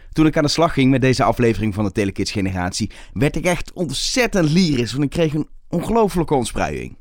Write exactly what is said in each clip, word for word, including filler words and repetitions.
Toen ik aan de slag ging met deze aflevering van de Telekids Generatie, werd ik echt ontzettend lyrisch, want ik kreeg een ongelofelijke ontspruiing.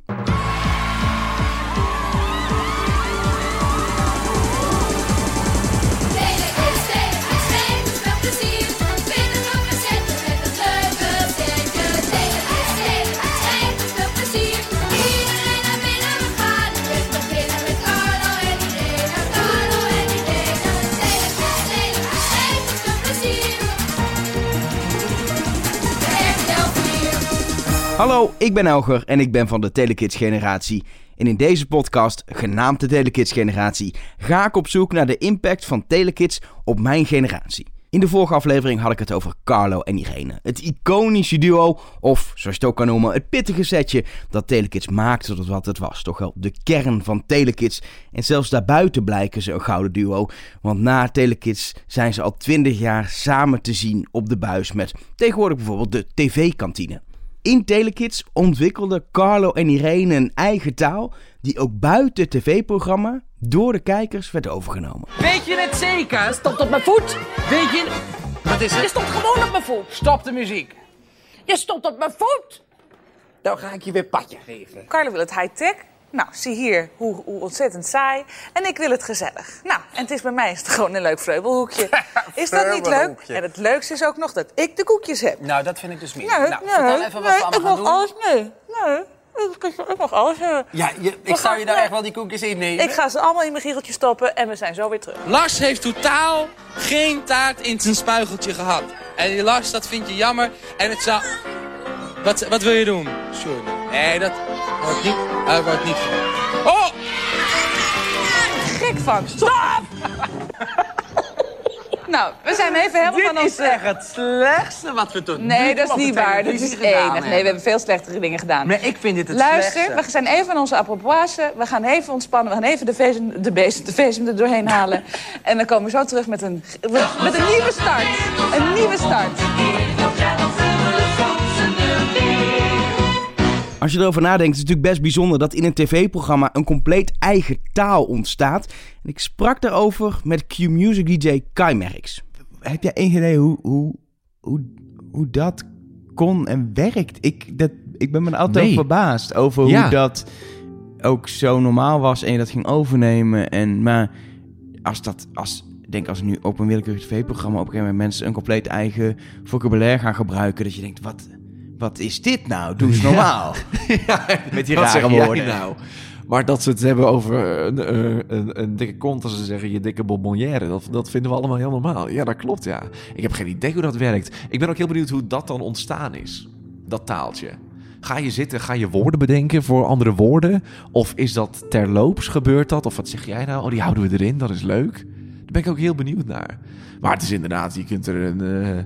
Hallo, ik ben Elger en ik ben van de Telekids Generatie. En in deze podcast, genaamd de Telekids Generatie, ga ik op zoek naar de impact van Telekids op mijn generatie. In de vorige aflevering had ik het over Carlo en Irene. Het iconische duo, of zoals je het ook kan noemen, het pittige setje dat Telekids maakte tot wat het was. Toch wel de kern van Telekids. En zelfs daarbuiten blijken ze een gouden duo. Want na Telekids zijn ze al twintig jaar samen te zien op de buis met tegenwoordig bijvoorbeeld de tv-kantine. In Telekids ontwikkelden Carlo en Irene een eigen taal die ook buiten het tv-programma door de kijkers werd overgenomen. Weet je het zeker? Stopt op mijn voet. Weet je... Wat is het? Je stopt gewoon op mijn voet. Stop de muziek. Je stopt op mijn voet. Dan ga ik je weer padje geven. Carlo wil het high-tech. Nou, zie hier hoe, hoe ontzettend saai. En ik wil het gezellig. Nou, en het is bij mij is het gewoon een leuk vreubelhoekje. Is dat niet leuk? En het leukste is ook nog dat ik de koekjes heb. Nou, dat vind ik dus niet. Nee, nou, nee, vertel even wat nee, we allemaal ik gaan mag doen. alles, nee, nee. Ik, ik mag alles hebben. Ja, je, ik We zou gaan- je daar nee. echt wel die koekjes in nemen. Ik ga ze allemaal in mijn giecheltje stoppen en we zijn zo weer terug. Lars heeft totaal geen taart in zijn spuigeltje gehad. En Lars, dat vind je jammer. En het zou... Wat, wat wil je doen? Sorry. Nee, dat wordt niet... Dat wordt niet... Oh! Gek van. Stop! Nou, we zijn even helemaal van Dit ons... is echt het slechtste wat we tot nu Nee, toe dat is op de niet waar. Dit is televisie gedaan enig. Nee, we hebben. hebben veel slechtere dingen gedaan. Maar ik vind dit het Luister, slechtste. we zijn even van onze appropoise. We gaan even ontspannen. We gaan even de vezem, de bezem, de vezem er doorheen halen. En dan komen we zo terug met een, met een nieuwe start. Een nieuwe start. Als je erover nadenkt, is het natuurlijk best bijzonder dat in een tv-programma een compleet eigen taal ontstaat. En ik sprak daarover met Q-Music D J Kai Merks. Heb jij enig idee hoe, hoe, hoe, hoe dat kon en werkt? Ik, dat, ik ben me er altijd Nee. over verbaasd over hoe Ja. dat ook zo normaal was en je dat ging overnemen. En, maar als dat, als, ik denk als nu op een willekeurig tv-programma op een gegeven moment mensen een compleet eigen vocabulaire gaan gebruiken, dat je denkt, wat, wat is dit nou? Doe eens normaal. Ja, Met die wat rare zeg jij woorden. nou? Maar dat ze het hebben over een, een, een, een dikke kont, als ze zeggen je dikke bonbonnière, dat, dat vinden we allemaal heel normaal. Ja, dat klopt, ja. Ik heb geen idee hoe dat werkt. Ik ben ook heel benieuwd hoe dat dan ontstaan is, dat taaltje. Ga je zitten, ga je woorden bedenken voor andere woorden? Of is dat terloops, gebeurt dat? Of wat zeg jij nou? Oh, die houden we erin, dat is leuk. Daar ben ik ook heel benieuwd naar. Maar het is inderdaad, je kunt er een uh,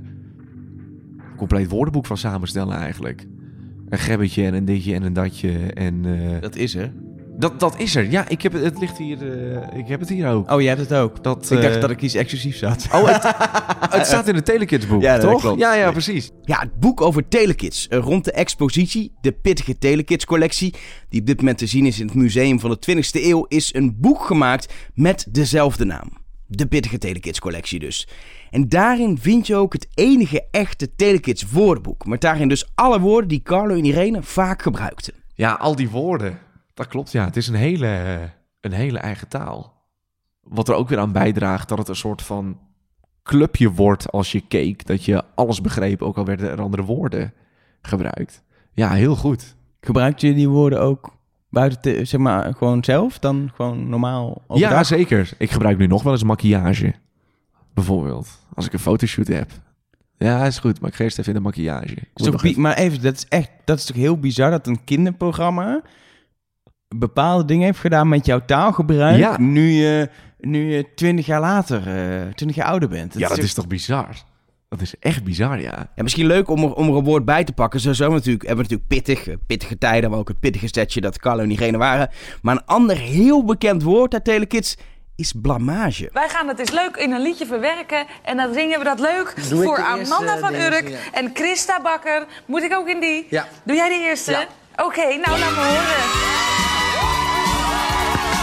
compleet woordenboek van samenstellen eigenlijk. Een gebbetje en een ditje en een datje en... Uh, Dat is er. dat, dat is er. Ja, ik heb het, het ligt hier. Uh, ik heb het hier ook. Oh, jij hebt het ook. Dat, Ik uh, dacht dat ik iets exclusiefs zat. Oh, het, het staat in het Telekids boek, Ja, dat toch? klopt. Ja, ja, precies. Ja, het boek over Telekids uh, rond de expositie, de pittige Telekids collectie, die op dit moment te zien is in het museum van de twintigste eeuw, is een boek gemaakt met dezelfde naam. De pittige Telekids collectie dus. En daarin vind je ook het enige echte Telekids woordenboek. Met daarin dus alle woorden die Carlo en Irene vaak gebruikten. Ja, al die woorden. Dat klopt, ja. Het is een hele, een hele eigen taal. Wat er ook weer aan bijdraagt dat het een soort van clubje wordt als je keek. Dat je alles begreep, ook al werden er andere woorden gebruikt. Ja, heel goed. Gebruikte je die woorden ook buiten, te- zeg maar, gewoon zelf? Dan gewoon normaal overdag? Ja, zeker. Ik gebruik nu nog wel eens maquillage. Bijvoorbeeld. Als ik een fotoshoot heb. Ja, is goed. Maar ik ga eerst even in de maquillage. Ik moet Is toch nog bi- even- Maar even, dat is echt, dat is toch heel bizar dat een kinderprogramma bepaalde dingen heeft gedaan met jouw taalgebruik, Ja. nu je nu je twintig jaar later, eh twintig jaar ouder bent. Ja, dat is toch bizar? Dat is echt bizar, ja. Ja, misschien leuk om er, om er een woord bij te pakken. Zo, zo natuurlijk, hebben we natuurlijk pittig, eh, pittige tijden, maar ook het pittige setje dat Carlo en Irene waren. Maar een ander heel bekend woord uit Telekids is blamage. Wij gaan het eens leuk in een liedje verwerken. En dan zingen we dat leuk Doe ik voor de Amanda eerste, van deze, Urk ja. en Christa Bakker. Moet ik ook in die? Ja. Doe jij de eerste? Ja. Oké, nou laat me horen.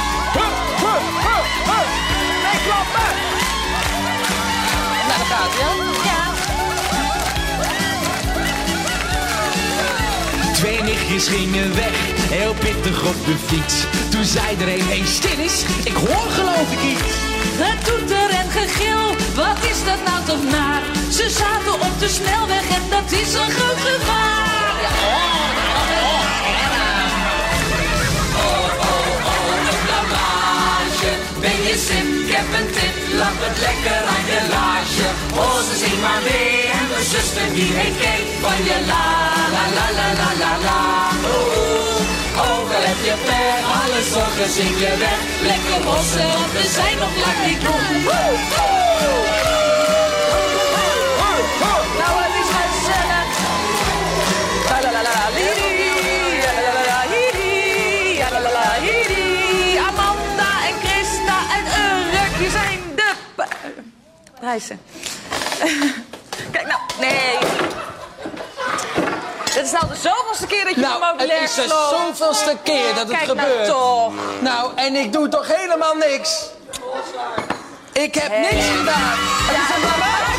Nee, klappen! Nou, daar gaat hij, hè? rugjes gingen weg, heel pittig op de fiets. Toen zei er een, hé, stil eens, ik hoor geloof ik iets. Het toeter en gegil, wat is dat nou toch naar? Ze zaten op de snelweg en dat is een groot gevaar. Ja, oh, oh, oh, oh, oh, oh, een blamage. Ben je sip, ik heb een tip, lap het lekker aan je laarsje. Oh, ze zing maar mee en mijn zuster die heet Kate van je la, la, la, la, la, la, la. Oeh, ook al heb je pech, alle zorgen zing je weg. Lekker hossen, want we zijn nog lang niet rond. Nou, het is gezellig. La la la la, liri, la la la la, hiri, la la la, hiri. Amanda en Christa en Urk, die zijn de prijzen. Kijk nou, nee. Dit is nou de zoveelste keer dat je Nou, hem ook het leert, is de Floor. zoveelste keer dat het Kijk gebeurt. nou toch. Nou, en ik doe toch helemaal niks? Ik heb niks gedaan. Het is een blamage.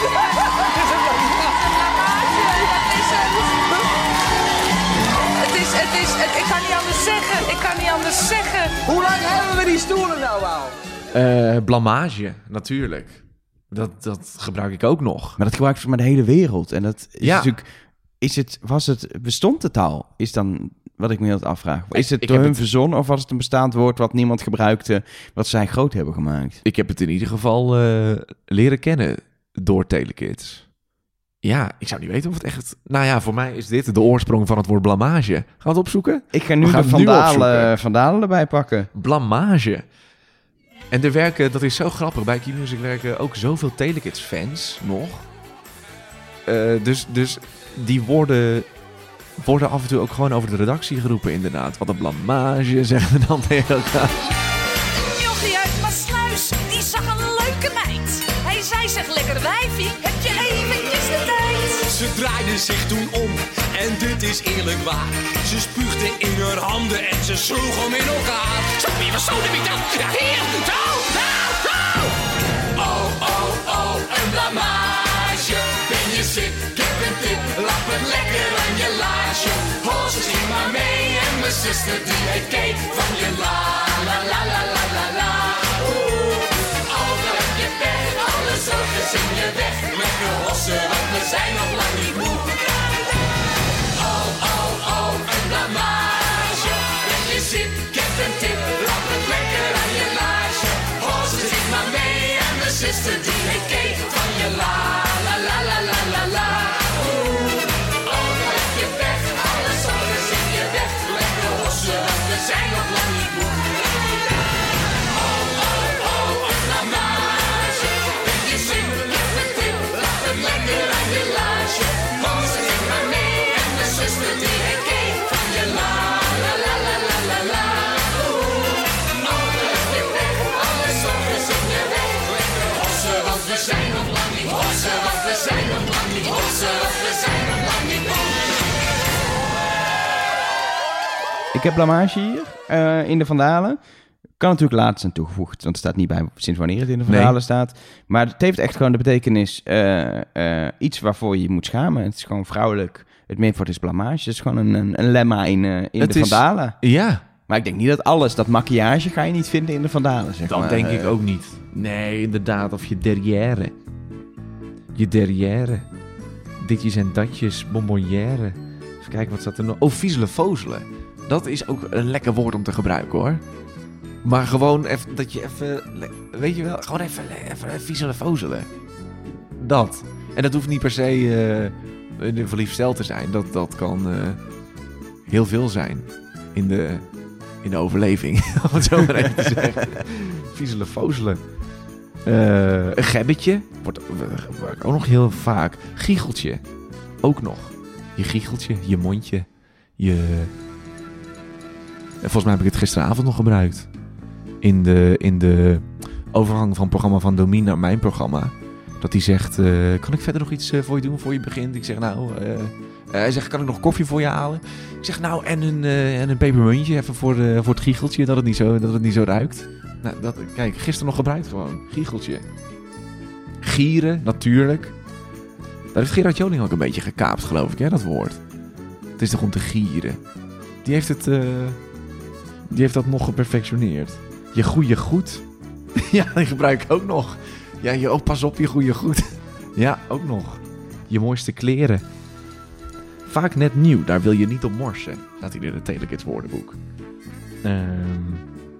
Het is, het is, het, ik kan niet anders zeggen. Ik kan niet anders zeggen. Hoe lang hebben we die stoelen nou al? Uh, blamage, natuurlijk. Dat, dat gebruik ik ook nog. Maar dat gebruikt voor maar de hele wereld. En dat is Ja. natuurlijk... Is het, was het, bestond de taal? Is dan wat ik me altijd afvraag. Is het ik door heb hun het- verzonnen of was het een bestaand woord wat niemand gebruikte, wat zij groot hebben gemaakt? Ik heb het in ieder geval eh, leren kennen door Telekids. Ja, ik zou niet weten of het echt... Nou ja, voor mij is dit de oorsprong van het woord blamage. Gaan we het opzoeken? Ik ga nu We gaan de het nu vandalen, opzoeken. vandalen erbij pakken. Blamage. En er werken, dat is zo grappig, bij Q-Music werken ook zoveel Telekids-fans nog. Eh, dus, dus die woorden worden af en toe ook gewoon over de redactie geroepen, inderdaad. Wat een blamage, zeggen we dan tegen elkaar. Jochie uit Maasluis, die zag een leuke meid. Hij zei, zeg lekker wijfie, heb je eventjes de tijd? Ze draaide zich toen om en dit is eerlijk waar. Ze spuugde in haar handen en ze sloeg hem in elkaar. Zo, wie was zo de biet dan? Ja, hier, zo, nou, zo! Oh, oh, oh, een blamage. Ben je zit, ik heb een tip, lap het lekker aan je laarsje. Hoor ze zing maar mee en mijn zuster die heet Kate van je la, la, la, la, la, la, la. Oeh, ook al heb je pech, alle zorgen zing je weg. Lekker hossen, want we zijn nog lang niet moe. Oh, oh, oh, een blamage. Ben je zit, ik heb een tip, lap het lekker aan je laarsje. Hoor ze zing maar mee en mijn zuster die heet Kate van je la, la, la, la, la, la, la. Oeh, ook al heb je pech, alle zorgen zing je weg. Lekker hossen, want we zijn nog lang niet moe. Oh, oh, oh, een blamage. Ben je zin, ik heb een tip, lap het lekker aan je laarsje. Hoor ze zing maar mee en mijn zuster die heet Kate van je la, la, la, la, la, la, la. Oeh, ook al heb je pech, alle zorgen zing je weg. Lekker hossen, want we zijn nog lang niet hossen, want we zijn nog lang niet hossen, want we zijn nog lang niet moe. Ik heb blamage hier eh, in de vandalen. Kan natuurlijk later zijn toegevoegd, want het staat niet bij sinds wanneer het in de vandalen Nee. staat. Maar het heeft echt gewoon de betekenis eh, eh, iets waarvoor je je moet schamen. Het is gewoon vrouwelijk. Het meervoud is blamage. Het is gewoon een, een, een lemma in, eh, in Het de is- vandalen. Ja, Maar ik denk niet dat alles, dat maquillage ga je niet vinden in de vandalen, zeg dat maar. denk Eh, ik ook niet. Nee, inderdaad. Of je derrière. Je derrière. Ditjes en datjes, bonbonnière. Even kijken, wat staat er nog? Oh, viezelen, fozelen. Dat is ook een lekker woord om te gebruiken, hoor. Maar gewoon even, dat je even... le- Weet je wel, gewoon even, even viezelen, fozelen. Dat. En dat hoeft niet per se eh, een verliefd stel te zijn. Dat, dat kan eh, heel veel zijn. In de, in de overleving, om het zo maar even te zeggen. Viezelen, fozelen. Eh, een gebbetje. Wordt wordt ook nog heel vaak. Giecheltje. Ook nog. Je giecheltje, je mondje. Je... En volgens mij heb ik het gisteravond nog gebruikt. In de, in de overgang van het programma van Domien naar mijn programma. Dat hij zegt, eh, kan ik verder nog iets eh, voor je doen voor je begint? Ik zeg, nou... eh, eh, hij zegt, kan ik nog koffie voor je halen? Ik zeg, nou, en een, eh, en een pepermuntje even voor, de, voor het giecheltje, dat het niet zo, dat het niet zo ruikt. Nou, dat, kijk, gisteren nog gebruikt gewoon. Giecheltje. Gieren, natuurlijk. Dat heeft Gerard Joling ook een beetje gekaapt, geloof ik, hè, dat woord. Het is toch om te gieren. Die heeft het... Uh, die heeft dat nog geperfectioneerd. Je goede goed. Ja, die gebruik ik ook nog. Ja, je, oh, pas op je goede goed. Ja, ook nog. Je mooiste kleren. Vaak net nieuw, daar wil je niet op morsen. Staat hier in het Telekids woordenboek. Um,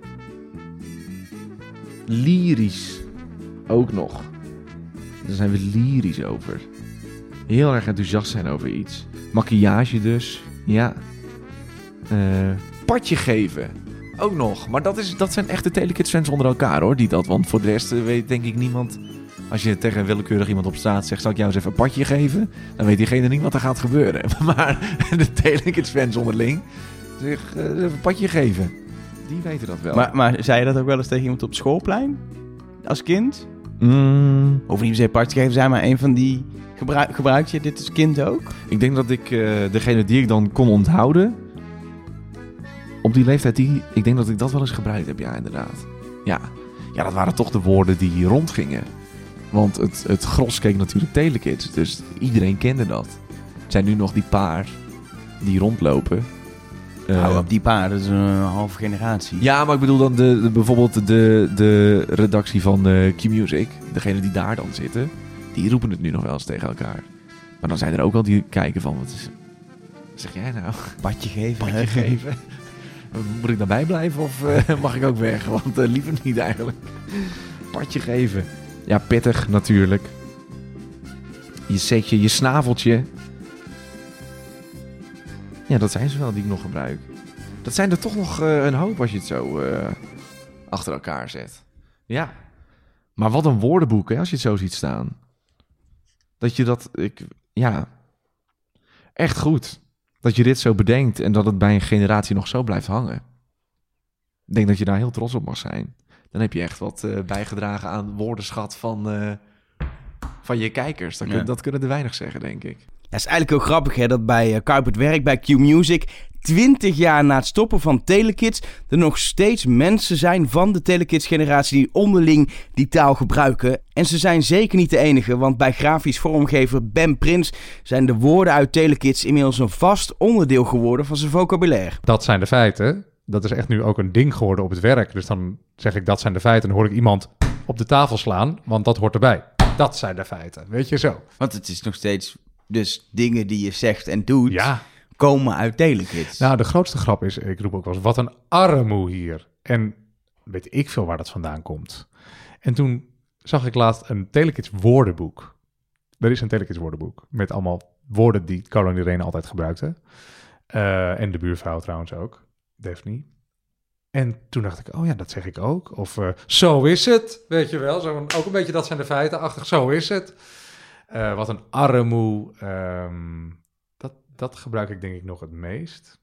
lyrisch. Ook nog. Daar zijn we lyrisch over. Heel erg enthousiast zijn over iets. Maquillage dus. Ja. Uh, padje geven. Ook nog. Maar dat, is, dat zijn echte Telekids fans onder elkaar hoor. Die dat. Want voor de rest weet denk ik niemand... Als je tegen willekeurig iemand op straat zegt... Zal ik jou eens even een padje geven? Dan weet diegene niet wat er gaat gebeuren. Maar de Telekids fans onderling... Zeg, uh, even een padje geven. Die weten dat wel. Maar, maar zei je dat ook wel eens tegen iemand op het schoolplein? Als kind? Mm. Of niet per se padje geven zijn, maar een van die... Gebruik, gebruik je dit als kind ook? Ik denk dat ik uh, degene die ik dan kon onthouden... Op die leeftijd, die, ik denk dat ik dat wel eens gebruikt heb, ja, inderdaad. Ja, ja dat waren toch de woorden die hier rondgingen. Want het, het gros keek natuurlijk Telekids, dus iedereen kende dat. Het zijn nu nog die paar die rondlopen. Nou, uh, op die paar, dat is een halve generatie. Ja, maar ik bedoel dan de, de, bijvoorbeeld de, de redactie van uh, Q-Music. Degene die daar dan zitten, die roepen het nu nog wel eens tegen elkaar. Maar dan zijn er ook al die kijken van, wat, is, wat zeg jij nou? Padje geven. Padje geven. Moet ik daarbij blijven of uh, mag ik ook weg? Want uh, liever niet eigenlijk. Padje geven. Ja, pittig natuurlijk. Je setje, je snaveltje. Ja, dat zijn ze wel die ik nog gebruik. Dat zijn er toch nog uh, een hoop als je het zo uh, achter elkaar zet. Ja. Maar wat een woordenboek, hè, als je het zo ziet staan. Dat je dat... Ik, ja. Echt goed. Dat je dit zo bedenkt en dat het bij een generatie nog zo blijft hangen. Ik denk dat je daar heel trots op mag zijn. Dan heb je echt wat uh, bijgedragen aan woordenschat van, uh, van je kijkers. Dat, kun, ja. dat kunnen er weinig zeggen, denk ik. Ja, het is eigenlijk heel grappig hè, dat bij uh, Kuip het Werk, bij Q-Music... twintig jaar na het stoppen van Telekids... er nog steeds mensen zijn van de Telekids-generatie... die onderling die taal gebruiken. En ze zijn zeker niet de enige... want bij grafisch vormgever Ben Prins... zijn de woorden uit Telekids inmiddels een vast onderdeel geworden... van zijn vocabulaire. Dat zijn de feiten. Dat is echt nu ook een ding geworden op het werk. Dus dan zeg ik dat zijn de feiten... en dan hoor ik iemand op de tafel slaan... want dat hoort erbij. Dat zijn de feiten, weet je zo. Want het is nog steeds dus dingen die je zegt en doet... Ja. komen uit Telekids. Nou, de grootste grap is, ik roep ook wel eens, wat een armoe hier. En weet ik veel waar dat vandaan komt. En toen zag ik laatst een Telekids woordenboek. Er is een Telekids woordenboek met allemaal woorden die Carlo en Irene altijd gebruikten. Uh, en de buurvrouw trouwens ook, Daphne. En toen dacht ik, oh ja, dat zeg ik ook. Of uh, zo is het, weet je wel. Zo, ook een beetje, dat zijn de feiten, achtig, zo is het. Uh, wat een armoe... Um, Dat gebruik ik denk ik nog het meest.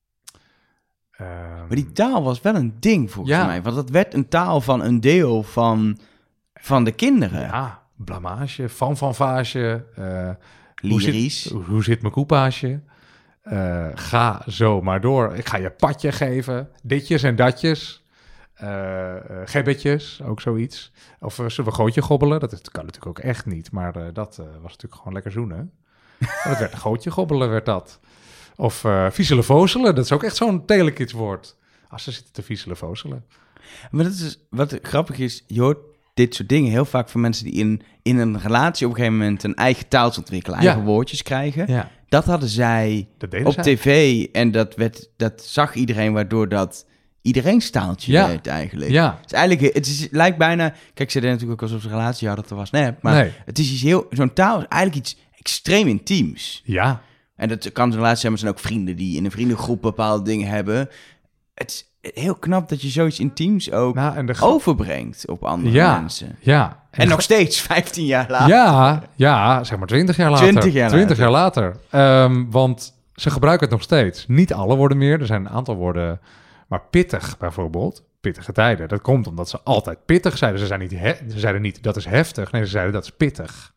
Um, maar die taal was wel een ding volgens ja. mij. Want dat werd een taal van een deel van, van de kinderen. Ja, blamage, fanfanfage. Uh, Lyrisch. Hoe zit, hoe zit mijn koepaasje? Uh, ga zo maar door. Ik ga je padje geven. Ditjes en datjes. Uh, uh, gebbetjes, ook zoiets. Of uh, zullen we gootje gobbelen? Dat, dat kan natuurlijk ook echt niet. Maar uh, dat uh, was natuurlijk gewoon lekker zoenen. Maar dat werd een gootje gobbelen, werd dat. Of uh, viezelevozelen, dat is ook echt zo'n Telekids woord. Als ze zitten te viezelevozelen. Maar dat is, wat grappig is, je hoort dit soort dingen heel vaak van mensen die in, in een relatie op een gegeven moment een eigen taal ontwikkelen, eigen ja. woordjes krijgen. Ja. Dat hadden zij dat op zij. tv en dat, werd, dat zag iedereen, waardoor dat iedereen's taaltje ja. werd eigenlijk. Ja. Het is eigenlijk, het is, het lijkt bijna, kijk, ze deden natuurlijk ook alsof ze een relatie hadden, dat was net, maar nee. het is iets heel, zo'n taal is eigenlijk iets extreem intiems. Ja. En dat kan een relatie zijn, maar zijn ook vrienden die in een vriendengroep bepaalde dingen hebben. Het is heel knap dat je zoiets intiems ook nou, en de gra- overbrengt op andere ja, mensen. Ja. En, en nog steeds, vijftien jaar later. Ja, ja, zeg maar twintig jaar later. twintig jaar twintig jaar later. Um, want ze gebruiken het nog steeds. Niet alle woorden meer. Er zijn een aantal woorden, maar pittig bijvoorbeeld. Pittige tijden. Dat komt omdat ze altijd pittig zeiden. Ze zeiden niet, he- ze zeiden niet dat is heftig. Nee, ze zeiden dat is pittig.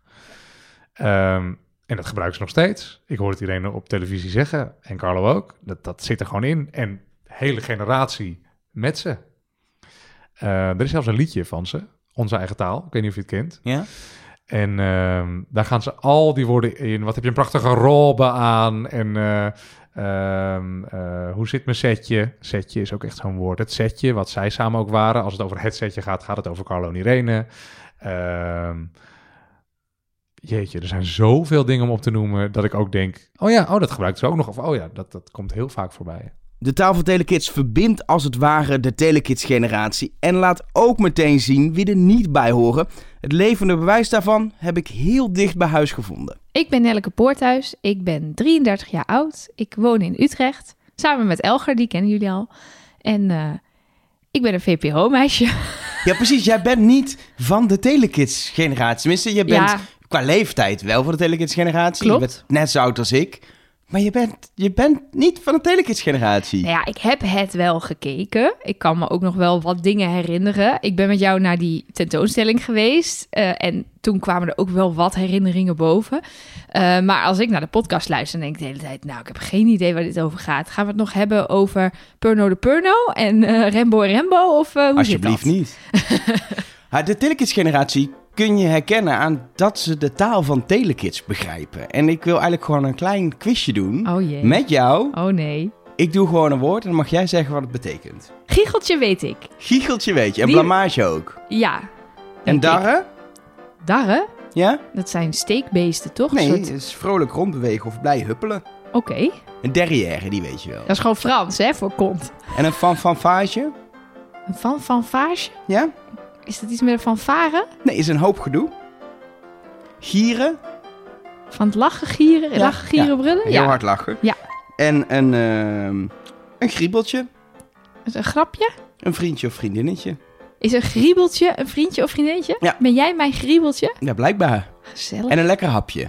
Um, en dat gebruiken ze nog steeds. Ik hoor het iedereen op televisie zeggen. En Carlo ook. Dat, dat zit er gewoon in. En de hele generatie met ze. Uh, er is zelfs een liedje van ze. Onze eigen taal. Ik weet niet of je het kent. Ja? En ehm, daar gaan ze al die woorden in. Wat heb je een prachtige robe aan? En uh, um, uh, hoe zit mijn setje? Setje is ook echt zo'n woord. Het setje, wat zij samen ook waren. Als het over het setje gaat, gaat het over Carlo en Irene. Um, jeetje, er zijn zoveel dingen om op te noemen... dat ik ook denk, oh ja, oh, dat gebruikt ze ook nog. Of oh ja, dat, dat komt heel vaak voorbij. De taal van Telekids verbindt als het ware de Telekids-generatie en laat ook meteen zien wie er niet bij horen. Het levende bewijs daarvan heb ik heel dicht bij huis gevonden. Ik ben Nelleke Poorthuis, ik ben drieëndertig jaar oud, ik woon in Utrecht, samen met Elger, die kennen jullie al. En uh, ik ben een V P O-meisje. Ja, precies, jij bent niet van de Telekids-generatie. Tenminste, je bent Ja. qua leeftijd wel van de Telekids-generatie. Klopt. Je bent net zo oud als ik. Maar je bent, je bent niet van de Telekids-generatie. Nou ja, ik heb het wel gekeken. Ik kan me ook nog wel wat dingen herinneren. Ik ben met jou naar die tentoonstelling geweest. Uh, en toen kwamen er ook wel wat herinneringen boven. Uh, maar als ik naar de podcast luister, dan denk ik de hele tijd... nou, ik heb geen idee waar dit over gaat. Gaan we het nog hebben over Purno de Purno en uh, Rembo en Rembo? Of uh, hoe Alsjeblieft zit dat? niet. Ha, de Telekids-generatie kun je herkennen aan dat ze de taal van Telekids begrijpen. En ik wil eigenlijk gewoon een klein quizje doen Oh jee. met jou. Oh nee. Ik doe gewoon een woord en dan mag jij zeggen wat het betekent. Giecheltje weet ik. Giecheltje weet je en Die- blamage ook. Ja. En denk ik. darren? Darren? Ja? Dat zijn steekbeesten, toch? Nee, Een het soort... is vrolijk rondbewegen of blij huppelen. Oké. Een derrière, die weet je wel. Dat is gewoon Frans, hè, voor kont. En een fanfage? Een van fanfage? Ja? Is dat iets met een fanfare? Nee, is een hoop gedoe. Gieren? Van het lachen, gieren, Ja. lachen, gieren, Ja. brullen? Heel hard lachen. Ja. En een, ehm, een griebeltje. Is een grapje? Een vriendje of vriendinnetje. Is een griebeltje een vriendje of vriendinnetje? Ja. Ben jij mijn griebeltje? Ja, blijkbaar. Gezellig. En een lekker hapje.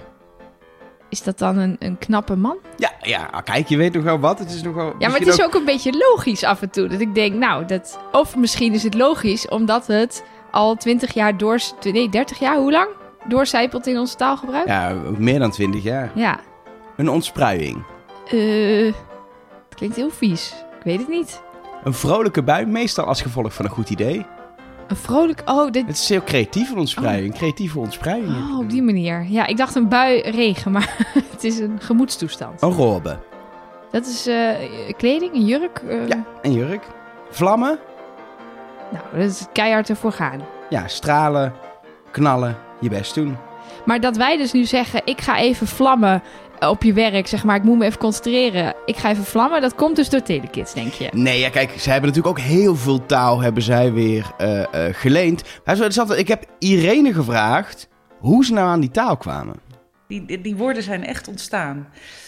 Is dat dan een, een knappe man? Ja, ja, kijk, je weet nog wel wat. Het is nog wel... Ja, maar het is ook een beetje logisch af en toe. Dat ik denk, nou, dat... Of misschien is het logisch, omdat het al twintig jaar door... Nee, dertig jaar, hoe lang? Doorcijpelt in ons taalgebruik? Ja, meer dan twintig jaar. Ja. Een ontspruiing. Eh... het klinkt heel vies. Ik weet het niet. Een vrolijke bui, meestal als gevolg van een goed idee. Een vrolijk... Oh, dit... Het is heel creatief, een ontspruiing. Creatieve ontspruiing. Oh, op die manier. Ja, ik dacht een bui regen, maar het is een gemoedstoestand. Een robe. Dat is eh, kleding, een jurk. eh, Ja, een jurk. Vlammen. Nou, dat is keihard ervoor gaan. Ja, stralen, knallen, je best doen. Maar dat wij dus nu zeggen, ik ga even vlammen op je werk, zeg maar, ik moet me even concentreren. Ik ga even vlammen, dat komt dus door Telekids, denk je? Nee, ja, kijk, ze hebben natuurlijk ook heel veel taal hebben zij weer uh, uh, geleend. Maar zo, het is altijd- ik heb Irene gevraagd hoe ze nou aan die taal kwamen. Die, die, die woorden zijn echt ontstaan.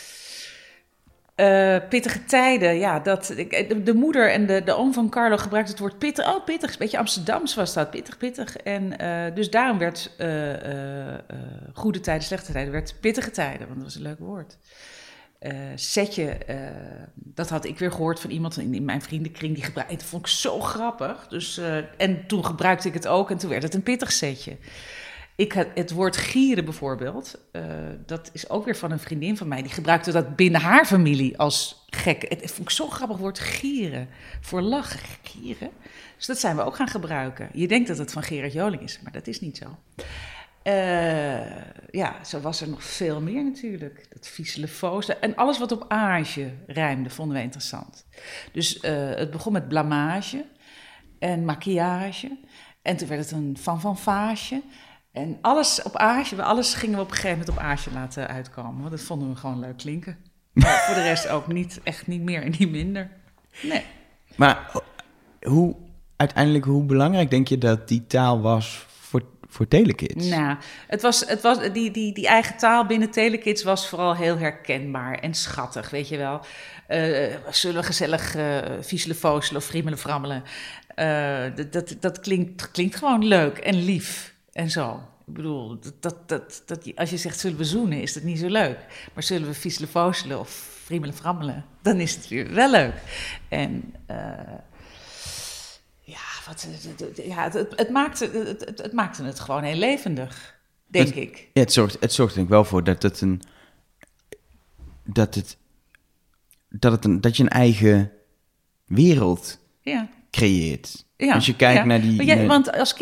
Uh, pittige tijden, ja. Dat, de, de moeder en de, de oom van Carlo gebruikten het woord pittig. Oh, pittig, een beetje Amsterdams was dat. Pittig, pittig. En uh, dus daarom werd uh, uh, uh, goede tijden, slechte tijden, werd pittige tijden. Want dat was een leuk woord. Uh, setje, uh, dat had ik weer gehoord van iemand in, in mijn vriendenkring. Die gebruikte, dat vond ik zo grappig. Dus, uh, en toen gebruikte ik het ook en toen werd het een pittig setje. Ik had het woord gieren bijvoorbeeld, uh, dat is ook weer van een vriendin van mij. Die gebruikte dat binnen haar familie als gek. Het, het vond ik zo'n grappig woord, gieren. Voor lachen, gieren. Dus dat zijn we ook gaan gebruiken. Je denkt dat het van Gerard Joling is, maar dat is niet zo. Uh, ja, zo was er nog veel meer natuurlijk. Dat vieselefoos. En alles wat op age rijmde, vonden wij interessant. Dus uh, het begon met blamage en maquillage. En toen werd het een fanfanfage. En alles op age, alles gingen we op een gegeven moment op age laten uitkomen. Want dat vonden we gewoon leuk klinken. Maar voor de rest ook niet, echt niet meer en niet minder. Nee. Maar hoe, uiteindelijk, hoe belangrijk denk je dat die taal was voor, voor Telekids? Nou, het was, het was, die, die, die eigen taal binnen Telekids was vooral heel herkenbaar en schattig, weet je wel. Uh, zullen we gezellig uh, vieselen, fozelen of friemelen, frammelen. Uh, dat, dat, dat klinkt, klinkt gewoon leuk en lief. En zo. Ik bedoel, dat, dat, dat, dat, als je zegt zullen we zoenen, is dat niet zo leuk. Maar zullen we vieselen, fozelen of friemelen, frammelen, dan is het weer wel leuk. En uh, ja, wat, ja het, het, het, maakte, het, het, het maakte het gewoon heel levendig, denk het, ik. Ja, het zorgt, het zorgt er wel voor dat het een... Dat het... Dat, het een, dat je een eigen wereld ja. creëert. Ja, als je kijkt ja. naar die... Want, jij, naar... want als kind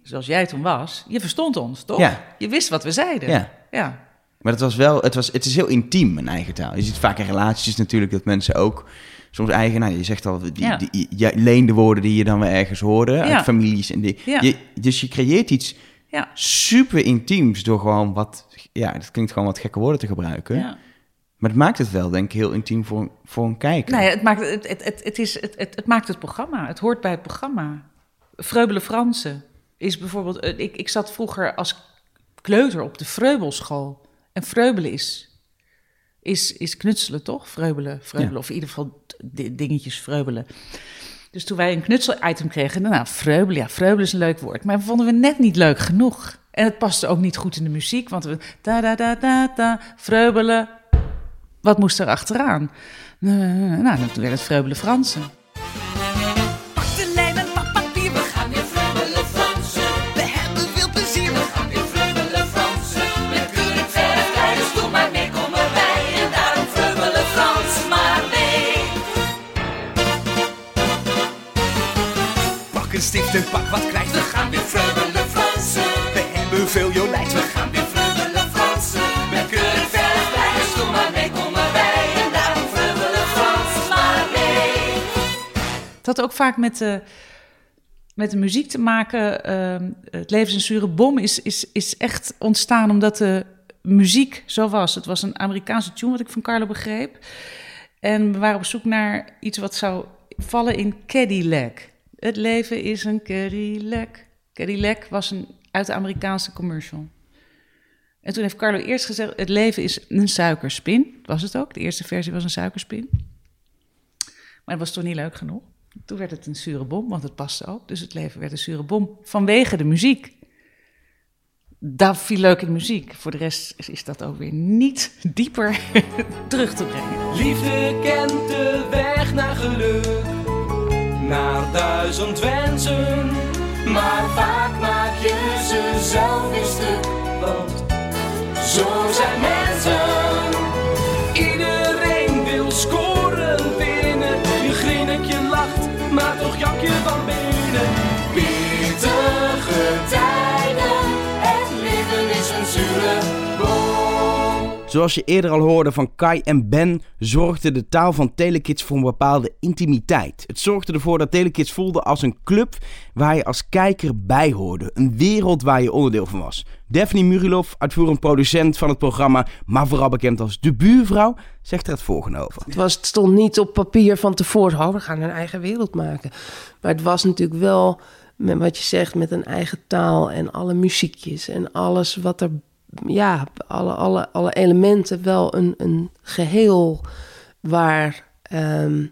zoals jij toen was, je verstond ons, toch? Ja. Je wist wat we zeiden. Ja. ja. Maar het was wel, het, was, het is heel intiem, een eigen taal. Je ziet vaak in relaties natuurlijk dat mensen ook soms eigen, nou, je zegt al, die, Ja. die, je leende woorden die je dan weer ergens hoorde uit Ja. families. En die, Ja. je, dus je creëert iets Ja. super intiems door gewoon wat, ja, dat klinkt gewoon wat gekke woorden te gebruiken. ja. Maar het maakt het wel, denk ik, heel intiem voor, voor een kijker. Nou ja, het maakt het, het, het, het, is, het, het, het maakt het programma. Het hoort bij het programma. Vreubelen Fransen is bijvoorbeeld... eh, Ik, ik zat vroeger als kleuter op de Vreubelschool. En vreubelen is, is, is knutselen, toch? Vreubelen, vreubelen. Ja. Of in ieder geval di- dingetjes vreubelen. Dus toen wij een knutsel-item kregen... Nou, vreubelen, ja, vreubelen is een leuk woord. Maar vonden we net niet leuk genoeg. En het paste ook niet goed in de muziek. Want we... Da, da, da, da, da, vreubelen... Wat moest er achteraan? Nou, toen werd het Vreubelen Fransen. Pak de lijm en pak papier, we gaan weer vreubelen Fransen. We hebben veel plezier, we gaan weer vreubelen Fransen. Met kleurig verf, dus doe maar mee, kom erbij. En daarom vreubelen Frans maar mee. Pak een stift en pak wat krijgt, we gaan weer vreubelen Fransen. We hebben veel jolijt, we gaan weer vreubelen Fransen. Met kleurig verf, dus doe maar mee, kom erbij. En daarom vreubelen Frans maar mee. Het had ook vaak met de, met de muziek te maken. Uh, het Leven is een zure bom is, is, is echt ontstaan omdat de muziek zo was. Het was een Amerikaanse tune, wat ik van Carlo begreep. En we waren op zoek naar iets wat zou vallen in Cadillac. Het leven is een Cadillac. Cadillac was een uit de Amerikaanse commercial. En toen heeft Carlo eerst gezegd, het leven is een suikerspin. Dat was het ook, de eerste versie was een suikerspin. Maar dat was toch niet leuk genoeg. Toen werd het een zure bom, want het paste ook. Dus het leven werd een zure bom vanwege de muziek. Dat viel leuk in de muziek. Voor de rest is dat ook weer niet dieper terug te brengen. Liefde kent de weg naar geluk, naar duizend wensen. Maar vaak maak je ze zelf weer stuk, want zo zijn mensen. Iedereen wil scoren, winnen. Je grinnik, je lacht, maar toch jak je van binnen. Pittige tijden, het leven is een zure boom. Zoals je eerder al hoorde van Kai en Ben, zorgde de taal van Telekids voor een bepaalde intimiteit. Het zorgde ervoor dat Telekids voelde als een club waar je als kijker bij hoorde. Een wereld waar je onderdeel van was. Daphne Murilov, uitvoerend producent van het programma, maar vooral bekend als de buurvrouw, zegt er het volgende over. Het, was, het stond niet op papier van tevoren, oh, we gaan een eigen wereld maken. Maar het was natuurlijk wel, met wat je zegt, met een eigen taal en alle muziekjes en alles wat er... Ja, alle, alle, alle elementen wel een, een geheel waar... Um,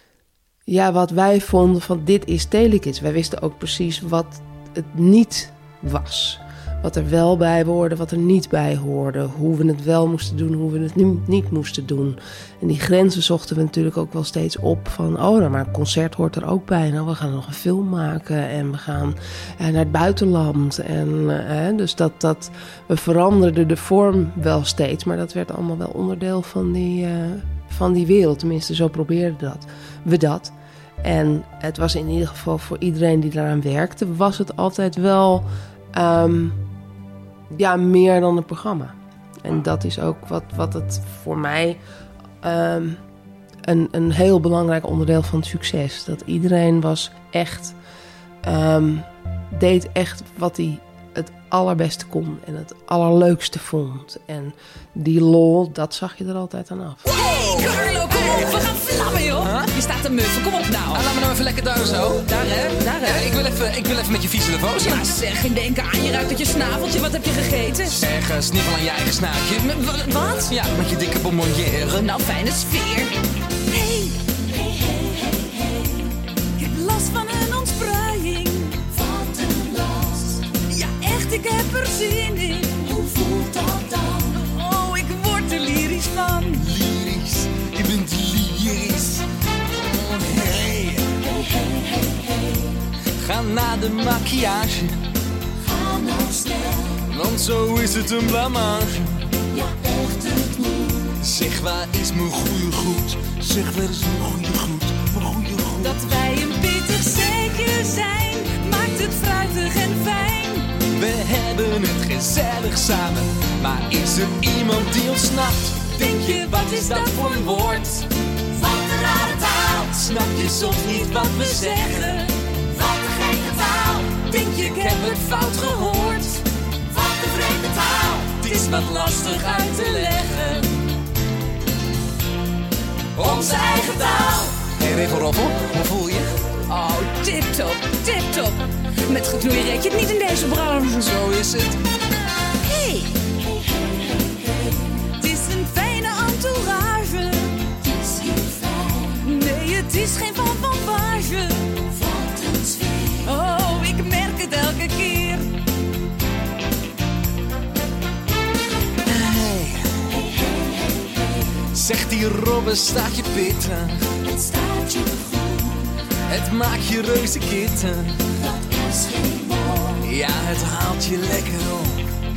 ja, wat wij vonden van dit is Telekids. Wij wisten ook precies wat het niet was. Wat er wel bij hoorde, wat er niet bij hoorde. Hoe we het wel moesten doen, hoe we het niet, niet moesten doen. En die grenzen zochten we natuurlijk ook wel steeds op. Van, oh, nou, maar een concert hoort er ook bij. Nou, we gaan nog een film maken en we gaan eh, naar het buitenland. En, eh, dus dat, dat, we veranderden de vorm wel steeds. Maar dat werd allemaal wel onderdeel van die, uh, van die wereld. Tenminste, zo probeerden dat. we dat. En het was in ieder geval voor iedereen die daaraan werkte... was het altijd wel... Um, ja, meer dan een programma. En dat is ook wat, wat het voor mij um, een, een heel belangrijk onderdeel van het succes. Dat iedereen was echt, um, deed echt wat hij het allerbeste kon en het allerleukste vond. En die lol, dat zag je er altijd aan af. Hey, Carlo, kom op, we gaan vlammen, joh. Huh? Je staat te muffen, kom op nou. Ah, laat me nou even lekker daar zo. Daar, hè? Daar, hè? Ja, ik, wil even, ik wil even met je vieze nevoos. Ja, zeg, geen denken aan je ruikt uit je snaveltje. Wat heb je gegeten? Zeg, uh, sniffel aan je eigen snuitje. M- w- wat? Ja, met je dikke bonbonnière. Nou, fijne sfeer. Hey, hey, hey, hey, hey. Ik heb last van een ontspraaiing. Wat een last. Ja, echt, ik heb er zin in. Hoe voelt dat dan? Oh, ik word er lyrisch van. Lyrisch, je bent lyrisch. Hey. Hey, hey, hey, hey. Ga naar de maquillage. Ga nou snel. Want zo is het een blamage. Ja, echt, het moet. Zeg, waar is mijn goede goed? Zeg, waar is mijn goede goed? Mijn goede goed. Dat wij een pittig zeker zijn, maakt maakt het fruitig en fijn. We hebben het gezellig samen, maar is er iemand die ons snapt? Denk je, wat is dat voor een woord? Wat een rare taal. Snap je soms niet wat we zeggen? Wat een gekke taal. Denk je, ik heb het fout gehoord? Wat een vreemde taal. Het is wat lastig uit te leggen. Onze eigen taal. Hey Regelroffel, hoe voel je? Oh, tip-top, tip-top. Met geknoeien red je het niet in deze branche. Zo is het. Hey. Het is een fijne entourage. Het is heel fijn. Nee, het is geen van fanfare. Wat een sfeer. Oh, ik merk het elke keer. Hey. Zegt die Robben, staat je pitten? Het staat je goed. Het maakt je reuze kitten. Dat is geen mooi. Ja, het haalt je lekker op.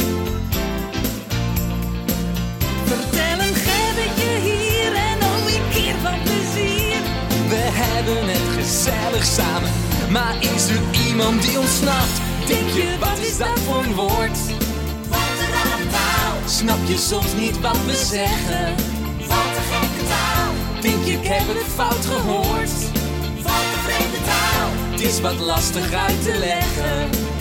Vertel een gebbetje hier en oh, een keer van plezier. We hebben het gezellig samen, maar is er iemand die ons snapt? Denk je, wat is dat voor een woord? Wat een rare taal. Snap je soms niet wat we zeggen? Wat een gekke taal. Denk je, ik heb het fout gehoord? Wat een vreemde taal. Het is wat lastig uit te leggen.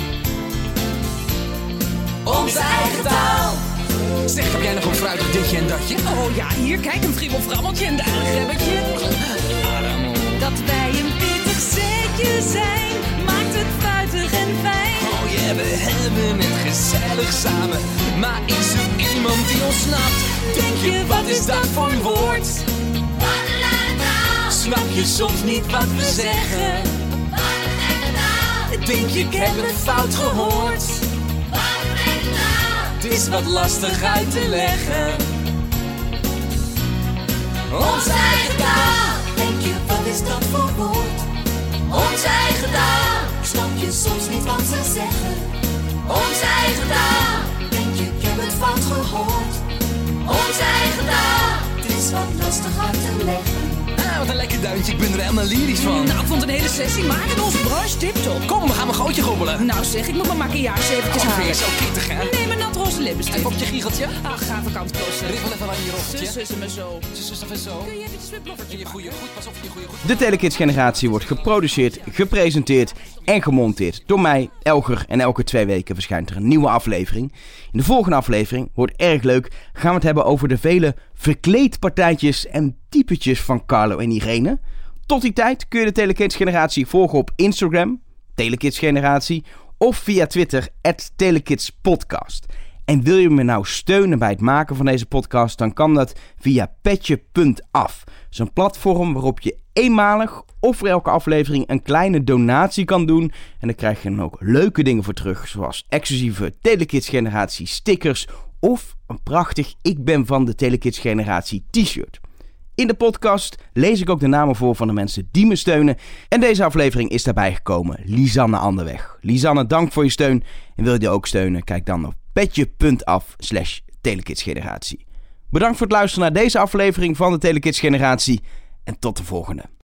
Onze eigen taal. Zeg, heb jij nog een fruitig ditje en datje? Oh ja, hier, kijk, een friemel-frammeltje en daar een gebbetje. Dat wij een pittig zetje zijn, maakt het fruitig en fijn. Oh ja, yeah, we hebben het gezellig samen, maar is er iemand die ons snapt? Denk je, wat is dat voor een woord? Wat een rare taal. Snap je soms niet wat we zeggen? Wat een gekke taal. Denk je, ik heb het fout gehoord? Wat een vreemde taal. Het is wat lastig uit te leggen. Onze eigen taal. Denk je, wat is dat voor woord? Onze eigen taal. Snap je soms niet wat ze zeggen? Onze eigen taal. Denk je, ik heb het fout gehoord? Onze eigen taal. Het is wat lastig uit te leggen. Ah, wat een lekker duintje, ik ben er helemaal lyrisch van. Nou, ik vond het een hele sessie maken in onze branche tip-top. Kom, we gaan mijn gootje gobbelen. Nou zeg, ik moet mijn maquillage eventjes Oh, halen. vind je zo kittig, hè? Neem een nat roze lippenstift. Even op je giegeltje. Ach, ga vakant kosten. Riffel even aan je roffeltje. Zus, zus, me zo. Zus, zus, even zo. Kun je eventjes mijn bloffertje En je goeie goed, pas op je goeie goed. De Telekids Generatie wordt geproduceerd, gepresenteerd en gemonteerd door mij, Elger. En elke twee weken verschijnt er een nieuwe aflevering. In de volgende aflevering, wordt erg leuk, gaan we het hebben over de vele verkleedpartijtjes en typetjes van Carlo en Irene. Tot die tijd kun je de Telekids Generatie volgen op Instagram, Telekids Generatie, of via Twitter, at telekidspodcast. En wil je me nou steunen bij het maken van deze podcast, dan kan dat via petje punt af. Dat is een platform waarop je eenmalig of voor elke aflevering een kleine donatie kan doen. En dan krijg je dan ook leuke dingen voor terug, zoals exclusieve Telekids Generatie stickers of een prachtig Ik ben van de Telekids Generatie t-shirt. In de podcast lees ik ook de namen voor van de mensen die me steunen. En deze aflevering is daarbij gekomen Lisanne Anderweg. Lisanne, dank voor je steun. En wil je die ook steunen? Kijk dan op petje punt af slash telekidsgeneratie. Bedankt voor het luisteren naar deze aflevering van de Telekids Generatie. En tot de volgende.